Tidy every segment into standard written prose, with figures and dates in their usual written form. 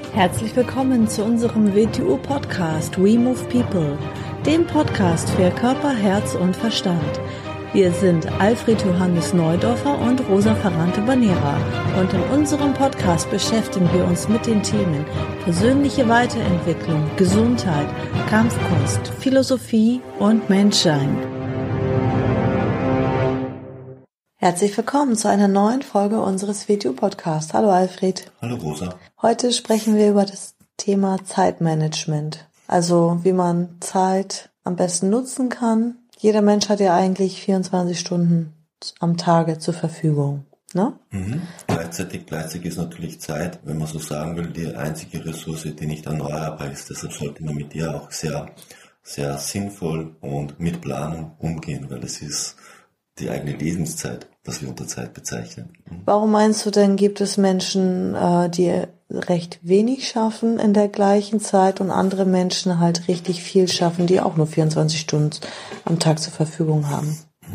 Herzlich willkommen zu unserem WTU-Podcast We Move People, dem Podcast für Körper, Herz und Verstand. Wir sind Alfred Johannes Neudorfer und Rosa Ferrante-Banera und in unserem Podcast beschäftigen wir uns mit den Themen persönliche Weiterentwicklung, Gesundheit, Kampfkunst, Philosophie und Menschsein. Herzlich willkommen zu einer neuen Folge unseres WTU-Podcasts. Hallo Alfred. Hallo Rosa. Heute sprechen wir über das Thema Zeitmanagement, also wie man Zeit am besten nutzen kann. Jeder Mensch hat ja eigentlich 24 Stunden am Tage zur Verfügung, ne? Gleichzeitig ist natürlich Zeit, wenn man so sagen will, die einzige Ressource, die nicht erneuerbar ist. Deshalb sollte man mit ihr auch sehr, sehr sinnvoll und mit Planung umgehen, weil es ist die eigene Lebenszeit, was wir unter Zeit bezeichnen. Warum meinst du denn, gibt es Menschen, die recht wenig schaffen in der gleichen Zeit und andere Menschen halt richtig viel schaffen, die auch nur 24 Stunden am Tag zur Verfügung haben?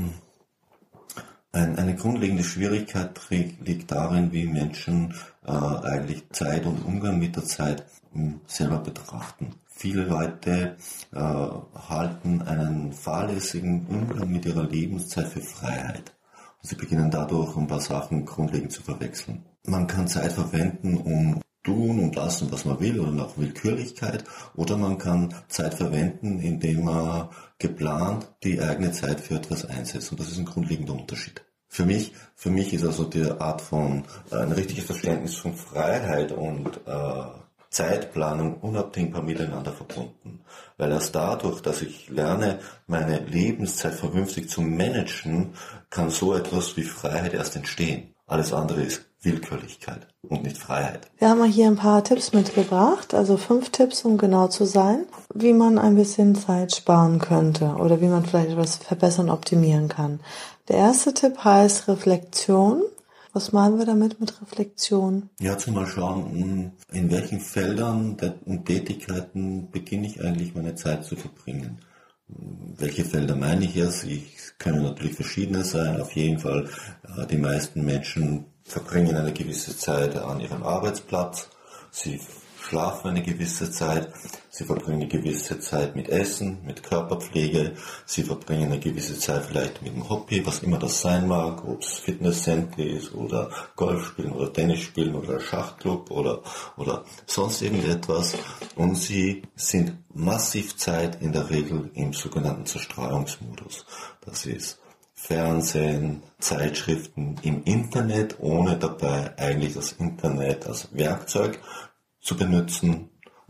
Eine grundlegende Schwierigkeit liegt darin, wie Menschen eigentlich Zeit und Umgang mit der Zeit selber betrachten. Viele Leute halten einen fahrlässigen Umgang mit ihrer Lebenszeit für Freiheit. Und sie beginnen dadurch ein paar Sachen grundlegend zu verwechseln. Man kann Zeit verwenden, um tun und lassen, was man will, oder nach Willkürlichkeit, oder man kann Zeit verwenden, indem man geplant die eigene Zeit für etwas einsetzt. Und das ist ein grundlegender Unterschied. Für mich ist also die Art von ein richtiges Verständnis von Freiheit und Zeitplanung unabdingbar miteinander verbunden. Weil erst dadurch, dass ich lerne, meine Lebenszeit vernünftig zu managen, kann so etwas wie Freiheit erst entstehen. Alles andere ist Willkürlichkeit und nicht Freiheit. Wir haben hier ein paar Tipps mitgebracht, also 5 Tipps, um genau zu sein, wie man ein bisschen Zeit sparen könnte oder wie man vielleicht etwas verbessern, optimieren kann. Der erste Tipp heißt Reflexion. Was meinen wir damit mit Reflexion? Ja, zumal schauen, in welchen Feldern und Tätigkeiten beginne ich eigentlich meine Zeit zu verbringen. Welche Felder meine ich jetzt? Es können natürlich verschiedene sein. Auf jeden Fall, die meisten Menschen verbringen eine gewisse Zeit an ihrem Arbeitsplatz. Sie schlafen eine gewisse Zeit. Sie verbringen eine gewisse Zeit mit Essen, mit Körperpflege. Sie verbringen eine gewisse Zeit vielleicht mit dem Hobby, was immer das sein mag, ob es Fitnesscenter ist oder Golf spielen oder Tennis spielen oder Schachclub oder sonst irgendetwas. Und sie sind massiv Zeit in der Regel im sogenannten Zerstreuungsmodus. Das ist Fernsehen, Zeitschriften im Internet, ohne dabei eigentlich das Internet als Werkzeug zu benutzen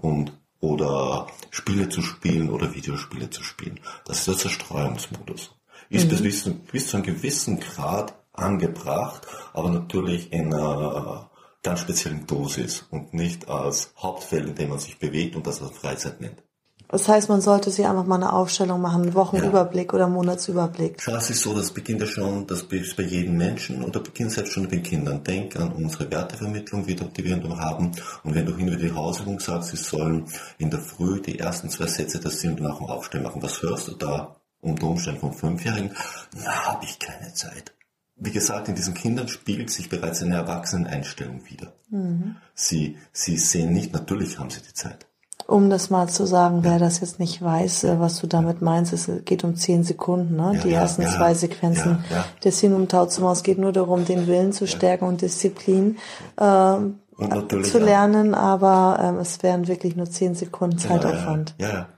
oder Spiele zu spielen oder Videospiele zu spielen. Das ist der Zerstreuungsmodus. Ist bis zu einem gewissen Grad angebracht, aber natürlich in einer ganz speziellen Dosis und nicht als Hauptfeld, in dem man sich bewegt und das als Freizeit nennt. Das heißt, man sollte sich einfach mal eine Aufstellung machen, einen Wochenüberblick oder Monatsüberblick. Schau, es ist so, das beginnt ja schon, das ist bei jedem Menschen und da beginnt selbst schon bei Kindern. Denk an unsere Wertevermittlung, die wir haben. Und wenn du hin über die Hausübung sagst, sie sollen in der Früh die ersten 2 Sätze des Sinn nach dem Aufstehen machen. Was hörst du da unter Umständen vom 5-Jährigen? Na, habe ich keine Zeit. Wie gesagt, in diesen Kindern spiegelt sich bereits eine Erwachseneneinstellung wider. Sie sehen nicht, natürlich haben sie die Zeit. Um das mal zu sagen, wer das jetzt nicht weiß, was du damit meinst, es geht um 10 Sekunden, ne? Die ersten 2 Sequenzen des Hin- und Tauzuma. Es geht nur darum, den Willen zu stärken und Disziplin zu lernen, aber es wären wirklich nur 10 Sekunden Zeitaufwand.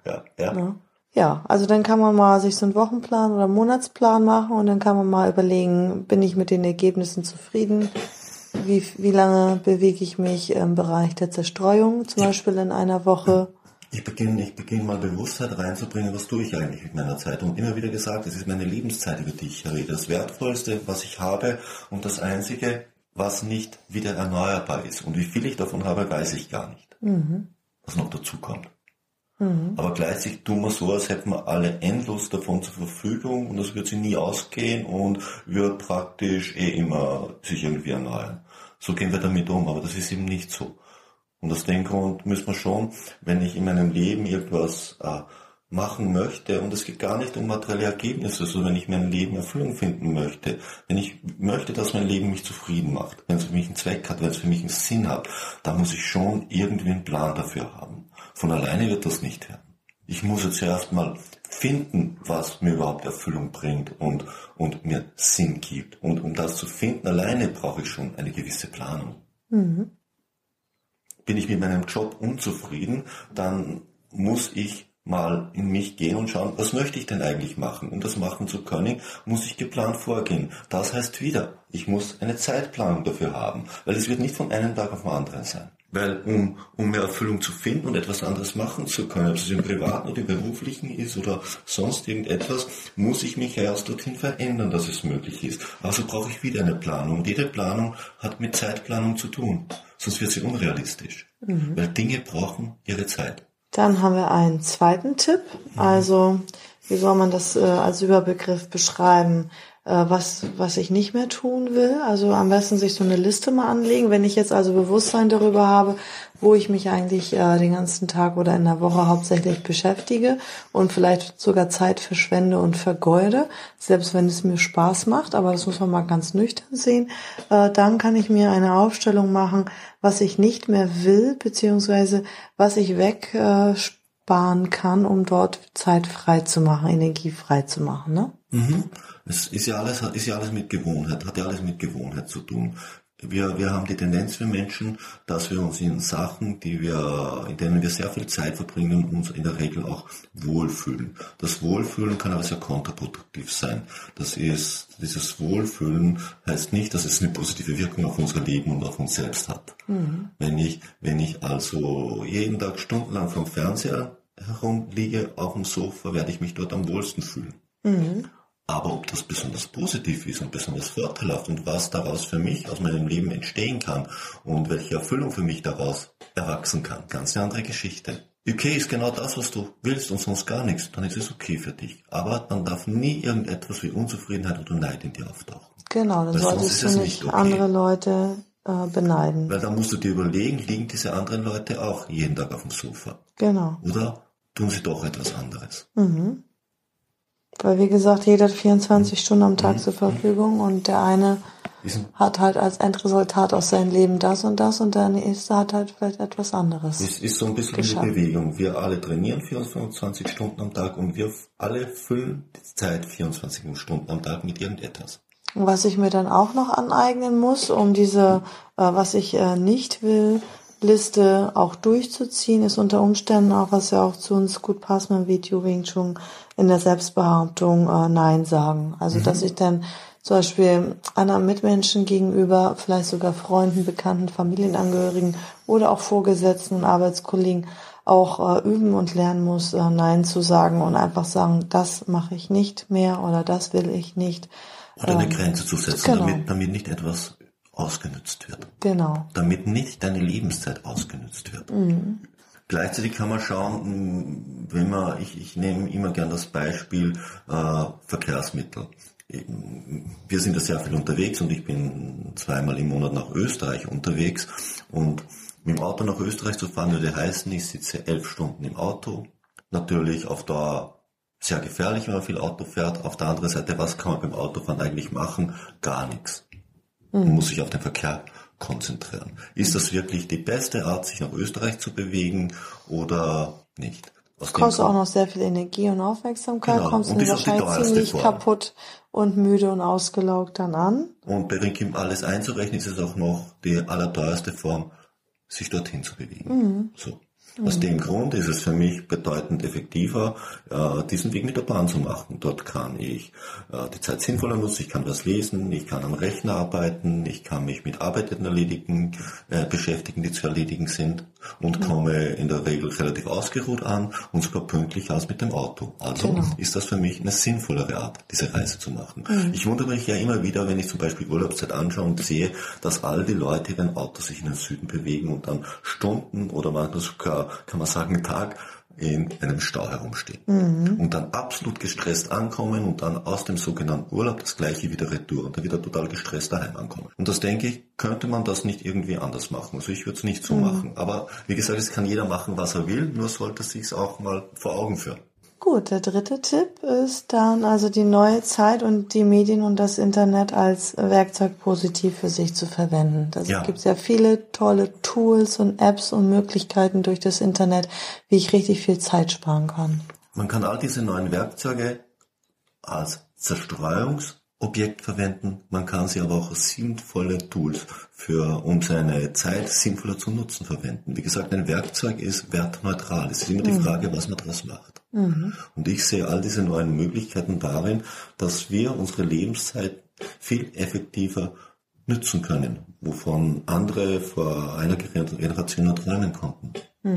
Ja, also dann kann man mal sich so einen Wochenplan oder einen Monatsplan machen und dann kann man mal überlegen, bin ich mit den Ergebnissen zufrieden? Wie lange bewege ich mich im Bereich der Zerstreuung, zum Beispiel in einer Woche? Ich beginne mal Bewusstheit reinzubringen, was tue ich eigentlich mit meiner Zeit. Und immer wieder gesagt, es ist meine Lebenszeit, über die ich rede. Das Wertvollste, was ich habe und das Einzige, was nicht wieder erneuerbar ist. Und wie viel ich davon habe, weiß ich gar nicht, was noch dazu kommt. Aber gleichzeitig tun wir so, als hätten wir alle endlos davon zur Verfügung und das wird sie nie ausgehen und wird praktisch immer sich irgendwie erneuern. So gehen wir damit um, aber das ist eben nicht so. Und aus dem Grund müssen wir schon, wenn ich in meinem Leben irgendwas machen möchte, und es geht gar nicht um materielle Ergebnisse, so wenn ich mein Leben Erfüllung finden möchte, wenn ich möchte, dass mein Leben mich zufrieden macht, wenn es für mich einen Zweck hat, wenn es für mich einen Sinn hat, dann muss ich schon irgendwie einen Plan dafür haben. Von alleine wird das nicht werden. Ich muss jetzt zuerst mal finden, was mir überhaupt Erfüllung bringt und mir Sinn gibt. Und um das zu finden, alleine brauche ich schon eine gewisse Planung. Mhm. Bin ich mit meinem Job unzufrieden, dann muss ich mal in mich gehen und schauen, was möchte ich denn eigentlich machen? Um das machen zu können, muss ich geplant vorgehen. Das heißt wieder, ich muss eine Zeitplanung dafür haben, weil es wird nicht von einem Tag auf den anderen sein. Weil um mehr Erfüllung zu finden und etwas anderes machen zu können, ob es im Privaten oder im Beruflichen ist oder sonst irgendetwas, muss ich mich erst dorthin verändern, dass es möglich ist. Also brauche ich wieder eine Planung. Und jede Planung hat mit Zeitplanung zu tun, sonst wird sie unrealistisch. Weil Dinge brauchen ihre Zeit. Dann haben wir einen zweiten Tipp. Also, wie soll man das als Überbegriff beschreiben, was ich nicht mehr tun will? Also am besten sich so eine Liste mal anlegen. Wenn ich jetzt also Bewusstsein darüber habe, wo ich mich eigentlich den ganzen Tag oder in der Woche hauptsächlich beschäftige und vielleicht sogar Zeit verschwende und vergeude, selbst wenn es mir Spaß macht, aber das muss man mal ganz nüchtern sehen, dann kann ich mir eine Aufstellung machen, was ich nicht mehr will, beziehungsweise was ich wegsparen kann, um dort Zeit frei zu machen, Energie frei zu machen, ne? Es ist ja alles mit Gewohnheit, hat ja alles mit Gewohnheit zu tun. Wir haben die Tendenz, wir Menschen, dass wir uns in Sachen, in denen wir sehr viel Zeit verbringen, uns in der Regel auch wohlfühlen. Das Wohlfühlen kann aber sehr kontraproduktiv sein. Dieses Wohlfühlen heißt nicht, dass es eine positive Wirkung auf unser Leben und auf uns selbst hat. Wenn ich also jeden Tag stundenlang vom Fernseher herumliege auf dem Sofa, werde ich mich dort am wohlsten fühlen. Aber ob das besonders positiv ist und besonders vorteilhaft und was daraus für mich aus meinem Leben entstehen kann und welche Erfüllung für mich daraus erwachsen kann, ganz eine andere Geschichte. Okay ist genau das, was du willst und sonst gar nichts, dann ist es okay für dich. Aber man darf nie irgendetwas wie Unzufriedenheit oder Neid in dir auftauchen. Genau, dann solltest du nicht okay. Andere Leute beneiden. Weil dann musst du dir überlegen, liegen diese anderen Leute auch jeden Tag auf dem Sofa? Genau. Oder tun sie doch etwas anderes? Weil, wie gesagt, jeder hat 24 Stunden am Tag zur Verfügung und der eine hat halt als Endresultat aus seinem Leben das und der nächste hat halt vielleicht etwas anderes. Es ist so ein bisschen eine Bewegung. Wir alle trainieren 24 Stunden am Tag und wir alle füllen die Zeit 24 Stunden am Tag mit irgendetwas. Und was ich mir dann auch noch aneignen muss, um diese, was ich nicht will, Liste auch durchzuziehen, ist unter Umständen auch, was ja auch zu uns gut passt mit dem Video Wing Chun, in der Selbstbehauptung Nein sagen. Also dass ich dann zum Beispiel anderen Mitmenschen gegenüber, vielleicht sogar Freunden, Bekannten, Familienangehörigen oder auch Vorgesetzten und Arbeitskollegen auch üben und lernen muss, Nein zu sagen und einfach sagen, das mache ich nicht mehr oder das will ich nicht. Oder eine Grenze zu setzen, genau. damit nicht etwas ausgenutzt wird. Genau. Damit nicht deine Lebenszeit ausgenutzt wird. Gleichzeitig kann man schauen, ich nehme immer gern das Beispiel Verkehrsmittel. Wir sind da sehr viel unterwegs und ich bin 2-mal im Monat nach Österreich unterwegs und mit dem Auto nach Österreich zu fahren würde heißen, ich sitze 11 Stunden im Auto. Natürlich auf Dauer sehr gefährlich, wenn man viel Auto fährt. Auf der anderen Seite, was kann man beim Autofahren eigentlich machen? Gar nichts. Man muss sich auf den Verkehr konzentrieren. Ist das wirklich die beste Art, sich nach Österreich zu bewegen oder nicht? Es kostet auch noch sehr viel Energie und Aufmerksamkeit, genau. Kommst du wahrscheinlich ziemlich kaputt und müde und ausgelaugt dann an. Und bei Rinkim alles einzurechnen, ist es auch noch die allerteuerste Form, sich dorthin zu bewegen. So. Aus dem Grund ist es für mich bedeutend effektiver, diesen Weg mit der Bahn zu machen. Dort kann ich die Zeit sinnvoller nutzen, ich kann was lesen, ich kann am Rechner arbeiten, ich kann mich mit Arbeiten beschäftigen, die zu erledigen sind und komme in der Regel relativ ausgeruht an und sogar pünktlich aus mit dem Auto. Also ist das für mich eine sinnvollere Art, diese Reise zu machen. Ich wundere mich ja immer wieder, wenn ich zum Beispiel Urlaubszeit anschaue und sehe, dass all die Leute ihren Auto sich in den Süden bewegen und dann Stunden oder manchmal sogar, kann man sagen, Tag in einem Stau herumstehen. Und dann absolut gestresst ankommen und dann aus dem sogenannten Urlaub das gleiche wieder retour und dann wieder total gestresst daheim ankommen. Und das denke ich, könnte man das nicht irgendwie anders machen. Also ich würde es nicht so machen. Aber wie gesagt, es kann jeder machen, was er will, nur sollte es sich auch mal vor Augen führen. Gut, der dritte Tipp ist dann also die neue Zeit und die Medien und das Internet als Werkzeug positiv für sich zu verwenden. Da gibt es ja viele tolle Tools und Apps und Möglichkeiten durch das Internet, wie ich richtig viel Zeit sparen kann. Man kann all diese neuen Werkzeuge als Zerstreuungsobjekt verwenden, man kann sie aber auch als sinnvolle Tools um seine Zeit sinnvoller zu nutzen verwenden. Wie gesagt, ein Werkzeug ist wertneutral. Es ist immer die Frage, was man daraus macht. Und ich sehe all diese neuen Möglichkeiten darin, dass wir unsere Lebenszeit viel effektiver nützen können, wovon andere vor einer Generation nur träumen konnten.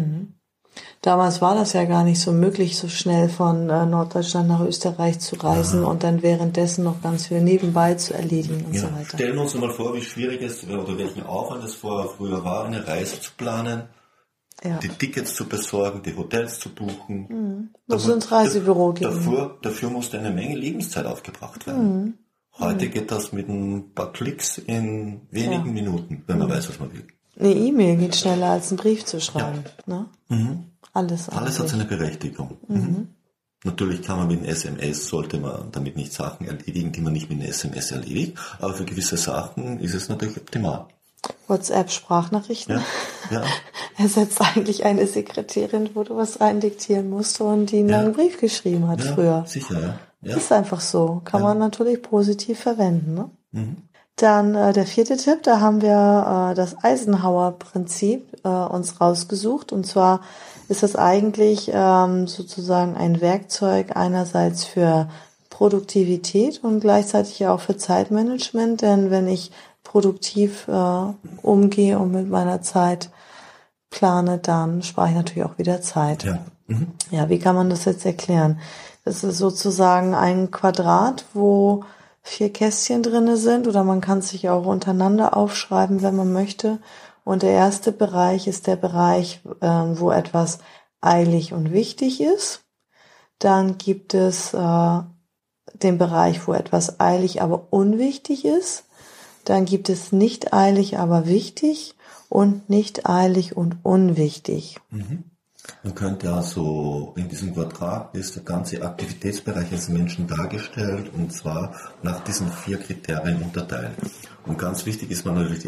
Damals war das ja gar nicht so möglich, so schnell von Norddeutschland nach Österreich zu reisen und dann währenddessen noch ganz viel nebenbei zu erledigen und so weiter. Stellen wir uns mal vor, wie schwierig es oder welchen Aufwand es früher war, eine Reise zu planen, die Tickets zu besorgen, die Hotels zu buchen. Muss ins Reisebüro gehen. Dafür musste eine Menge Lebenszeit aufgebracht werden. Heute geht das mit ein paar Klicks in wenigen Minuten, wenn man weiß, was man will. Eine E-Mail geht schneller als einen Brief zu schreiben. Ne? Alles hat seine Berechtigung. Natürlich kann man mit einem SMS, sollte man damit nicht Sachen erledigen, die man nicht mit einem SMS erledigt, aber für gewisse Sachen ist es natürlich optimal. WhatsApp-Sprachnachrichten. Ja. Ersetzt eigentlich eine Sekretärin, wo du was rein diktieren musst und die einen langen Brief geschrieben hat früher. Sicher, ja. Ist einfach so. Kann man natürlich positiv verwenden. Ne? Dann der vierte Tipp, da haben wir das Eisenhower-Prinzip uns rausgesucht. Und zwar ist das eigentlich sozusagen ein Werkzeug einerseits für Produktivität und gleichzeitig auch für Zeitmanagement. Denn wenn ich produktiv umgehe und mit meiner Zeit plane, dann spare ich natürlich auch wieder Zeit. Ja, wie kann man das jetzt erklären? Das ist sozusagen ein Quadrat, wo 4 Kästchen drinne sind, oder man kann es sich auch untereinander aufschreiben, wenn man möchte. Und der erste Bereich ist der Bereich, wo etwas eilig und wichtig ist. Dann gibt es den Bereich, wo etwas eilig, aber unwichtig ist. Dann gibt es nicht eilig, aber wichtig und nicht eilig und unwichtig. Man könnte also in diesem Quadrat ist der ganze Aktivitätsbereich des Menschen dargestellt und zwar nach diesen 4 Kriterien unterteilt. Und ganz wichtig ist man natürlich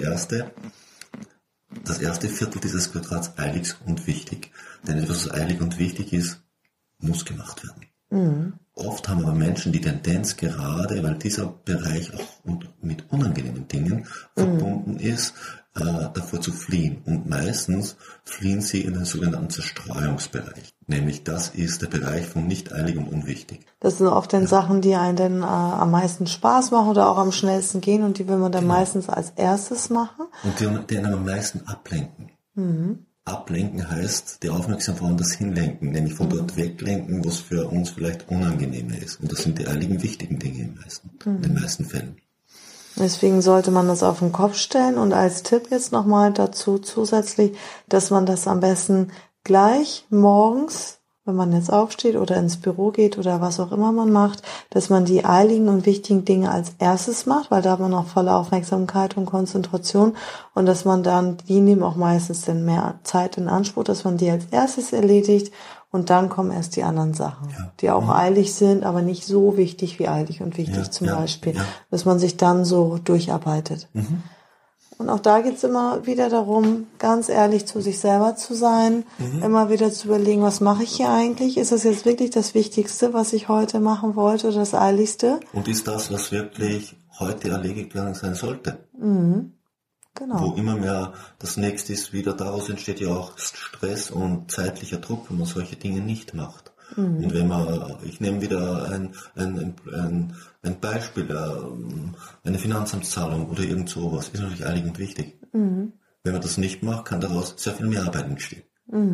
das erste Viertel dieses Quadrats eilig und wichtig. Denn etwas, was eilig und wichtig ist, muss gemacht werden. Oft haben aber Menschen die Tendenz, gerade weil dieser Bereich auch mit unangenehmen Dingen verbunden ist, davor zu fliehen. Und meistens fliehen sie in den sogenannten Zerstreuungsbereich. Nämlich das ist der Bereich von nicht eilig und unwichtig. Das sind oft dann Sachen, die einen dann am meisten Spaß machen oder auch am schnellsten gehen und die will man dann meistens als erstes machen. Und die einen am meisten ablenken. Ablenken heißt, die Aufmerksamkeit woanders hinlenken, nämlich von dort weglenken, was für uns vielleicht unangenehmer ist. Und das sind die eiligen, wichtigen Dinge in den meisten Fällen. Deswegen sollte man das auf den Kopf stellen und als Tipp jetzt nochmal dazu zusätzlich, dass man das am besten gleich morgens, wenn man jetzt aufsteht oder ins Büro geht oder was auch immer man macht, dass man die eiligen und wichtigen Dinge als erstes macht, weil da hat man auch volle Aufmerksamkeit und Konzentration und dass man dann, die nehmen auch meistens dann mehr Zeit in Anspruch, dass man die als erstes erledigt und dann kommen erst die anderen Sachen, die auch eilig sind, aber nicht so wichtig wie eilig und wichtig zum Beispiel, dass man sich dann so durcharbeitet. Und auch da geht's immer wieder darum, ganz ehrlich zu sich selber zu sein, immer wieder zu überlegen, was mache ich hier eigentlich? Ist das jetzt wirklich das Wichtigste, was ich heute machen wollte, oder das Eiligste? Und ist das, was wirklich heute erledigt werden sein sollte? Genau. Wo immer mehr das nächste ist, wieder daraus entsteht ja auch Stress und zeitlicher Druck, wenn man solche Dinge nicht macht. Und wenn man, ich nehme wieder ein Beispiel, eine Finanzamtszahlung oder irgend sowas, ist natürlich eilig und wichtig. Wenn man das nicht macht, kann daraus sehr viel mehr Arbeit entstehen.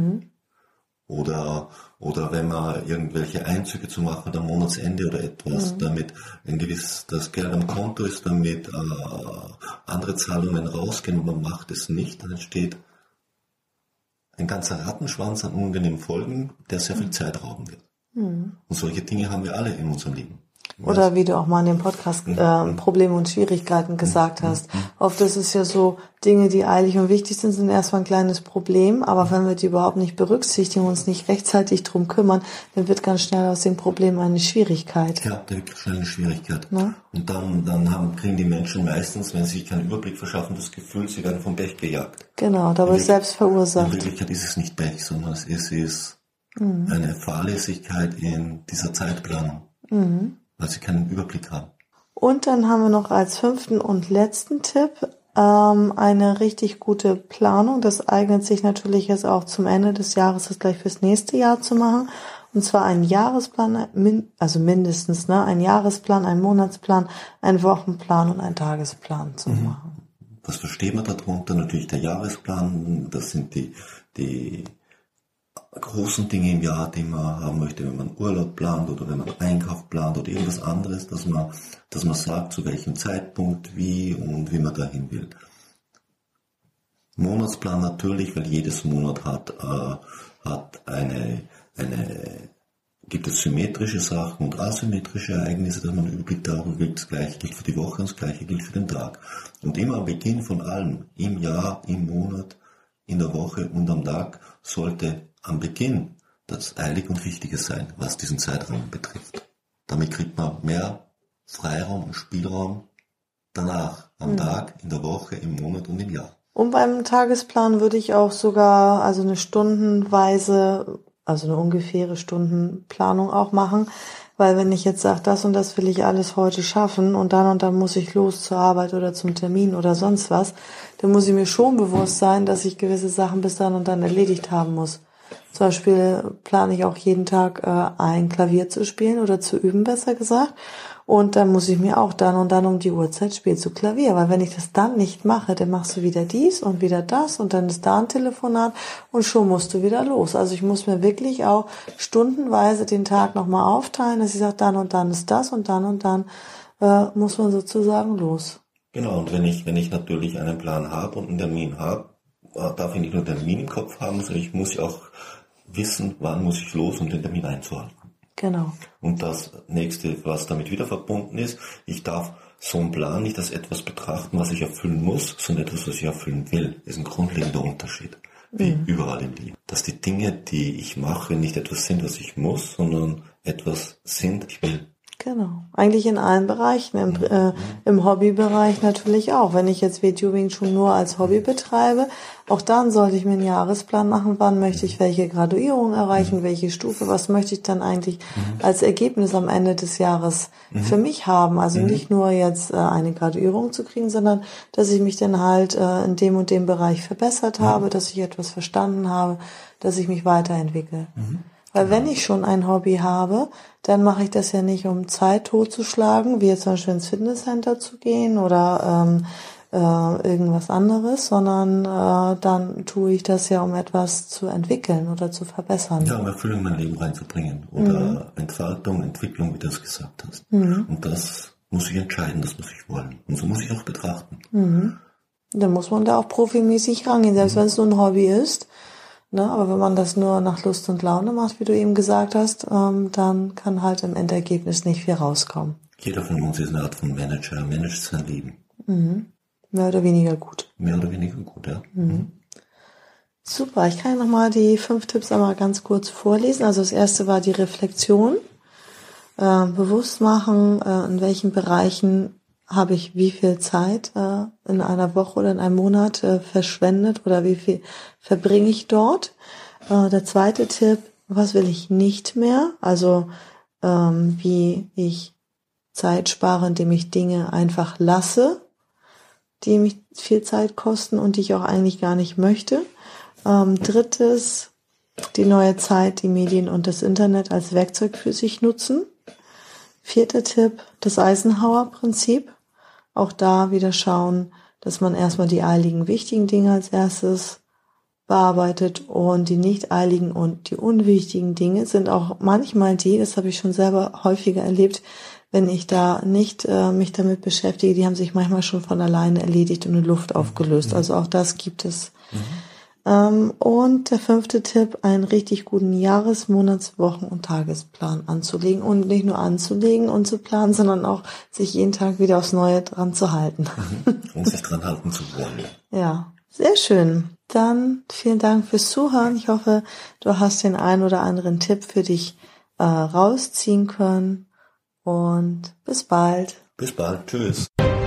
Oder wenn man irgendwelche Einzüge zu machen am Monatsende oder etwas, damit das Geld am Konto ist, damit andere Zahlungen rausgehen und man macht es nicht, dann entsteht ein ganzer Rattenschwanz an unangenehmen Folgen, der sehr viel Zeit rauben wird. Und solche Dinge haben wir alle in unserem Leben. Oder wie du auch mal in dem Podcast Probleme und Schwierigkeiten gesagt hast. Oft ist es ja so, Dinge, die eilig und wichtig sind, sind erstmal ein kleines Problem, aber wenn wir die überhaupt nicht berücksichtigen und uns nicht rechtzeitig drum kümmern, dann wird ganz schnell aus dem Problem eine Schwierigkeit. Ja, da wird schnell eine Schwierigkeit. Ja? Und dann kriegen die Menschen meistens, wenn sie sich keinen Überblick verschaffen, das Gefühl, sie werden vom Pech gejagt. Genau, da wird selbst verursacht. In Wirklichkeit ist es nicht Pech, sondern es ist eine Fahrlässigkeit in dieser Zeitplanung. Weil sie keinen Überblick haben. Und dann haben wir noch als 5. und letzten Tipp eine richtig gute Planung. Das eignet sich natürlich jetzt auch zum Ende des Jahres, das gleich fürs nächste Jahr zu machen. Und zwar einen Jahresplan, also mindestens ein Jahresplan, einen Monatsplan, einen Wochenplan und einen Tagesplan zu machen. Was versteht man darunter? Natürlich der Jahresplan, das sind die großen Dinge im Jahr, die man haben möchte, wenn man Urlaub plant oder wenn man Einkauf plant oder irgendwas anderes, dass man sagt, zu welchem Zeitpunkt, wie und wie man dahin will. Monatsplan natürlich, weil jedes Monat gibt es symmetrische Sachen und asymmetrische Ereignisse, dass man einen Überblick darüber kriegt. Das Gleiche gilt für die Woche und das Gleiche gilt für den Tag. Und immer am Beginn von allem, im Jahr, im Monat, in der Woche und am Tag, sollte am Beginn das Eilige und Wichtige sein, was diesen Zeitraum betrifft. Damit kriegt man mehr Freiraum und Spielraum danach, am Tag, in der Woche, im Monat und im Jahr. Und beim Tagesplan würde ich auch sogar eine stundenweise, also eine ungefähre Stundenplanung auch machen, weil wenn ich jetzt sage, das und das will ich alles heute schaffen und dann muss ich los zur Arbeit oder zum Termin oder sonst was, dann muss ich mir schon bewusst sein, dass ich gewisse Sachen bis dann und dann erledigt haben muss. Zum Beispiel plane ich auch jeden Tag ein Klavier zu spielen oder zu üben, besser gesagt. Und dann muss ich mir auch dann und dann um die Uhrzeit spielst du Klavier. Weil wenn ich das dann nicht mache, dann machst du wieder dies und wieder das und dann ist da ein Telefonat und schon musst du wieder los. Also ich muss mir wirklich auch stundenweise den Tag nochmal aufteilen, dass ich sage, dann und dann ist das und dann muss man sozusagen los. Genau, und wenn ich natürlich einen Plan habe und einen Termin habe, darf ich nicht nur den Termin im Kopf haben, sondern ich muss auch wissen, wann muss ich los, um den Termin einzuhalten. Genau. Und das nächste, was damit wieder verbunden ist, ich darf so einen Plan nicht als etwas betrachten, was ich erfüllen muss, sondern etwas, was ich erfüllen will. Das ist ein grundlegender Unterschied, wie überall im Leben. Dass die Dinge, die ich mache, nicht etwas sind, was ich muss, sondern etwas sind, ich will. Genau, eigentlich in allen Bereichen, im Hobbybereich natürlich auch. Wenn ich jetzt Video Wing Chun nur als Hobby betreibe, auch dann sollte ich mir einen Jahresplan machen, wann möchte ich welche Graduierung erreichen, welche Stufe, was möchte ich dann eigentlich als Ergebnis am Ende des Jahres für mich haben. Also nicht nur jetzt eine Graduierung zu kriegen, sondern dass ich mich dann halt in dem und dem Bereich verbessert habe, dass ich etwas verstanden habe, dass ich mich weiterentwickle. Weil wenn ich schon ein Hobby habe, dann mache ich das ja nicht, um Zeit totzuschlagen, wie jetzt zum Beispiel ins Fitnesscenter zu gehen oder irgendwas anderes, sondern dann tue ich das ja, um etwas zu entwickeln oder zu verbessern. Ja, um Erfüllung in mein Leben reinzubringen oder Entfaltung, Entwicklung, wie du das gesagt hast. Und das muss ich entscheiden, das muss ich wollen. Und so muss ich auch betrachten. Dann muss man da auch profimäßig rangehen, selbst wenn es nur ein Hobby ist. Ne, aber wenn man das nur nach Lust und Laune macht, wie du eben gesagt hast, dann kann halt im Endergebnis nicht viel rauskommen. Jeder von uns ist eine Art von Manager, er managt sein Leben. Mehr oder weniger gut. Mehr oder weniger gut, ja. Super, ich kann nochmal die 5 Tipps einmal ganz kurz vorlesen. Also das erste war die Reflexion. Bewusst machen, in welchen Bereichen habe ich wie viel Zeit in einer Woche oder in einem Monat verschwendet oder wie viel verbringe ich dort. Der zweite Tipp, was will ich nicht mehr? Also wie ich Zeit spare, indem ich Dinge einfach lasse, die mich viel Zeit kosten und die ich auch eigentlich gar nicht möchte. Drittes, die neue Zeit, die Medien und das Internet als Werkzeug für sich nutzen. 4. Tipp, das Eisenhower-Prinzip. Auch da wieder schauen, dass man erstmal die eiligen, wichtigen Dinge als erstes bearbeitet und die nicht eiligen und die unwichtigen Dinge sind auch manchmal die, das habe ich schon selber häufiger erlebt, wenn ich da nicht mich damit beschäftige, die haben sich manchmal schon von alleine erledigt und in Luft aufgelöst. Also auch das gibt es. Und der 5. Tipp, einen richtig guten Jahres-, Monats-, Wochen- und Tagesplan anzulegen und nicht nur anzulegen und zu planen, sondern auch sich jeden Tag wieder aufs Neue dran zu halten. Und sich dran halten zu wollen. Ja, sehr schön. Dann vielen Dank fürs Zuhören. Ich hoffe, du hast den einen oder anderen Tipp für dich rausziehen können und bis bald. Bis bald. Tschüss.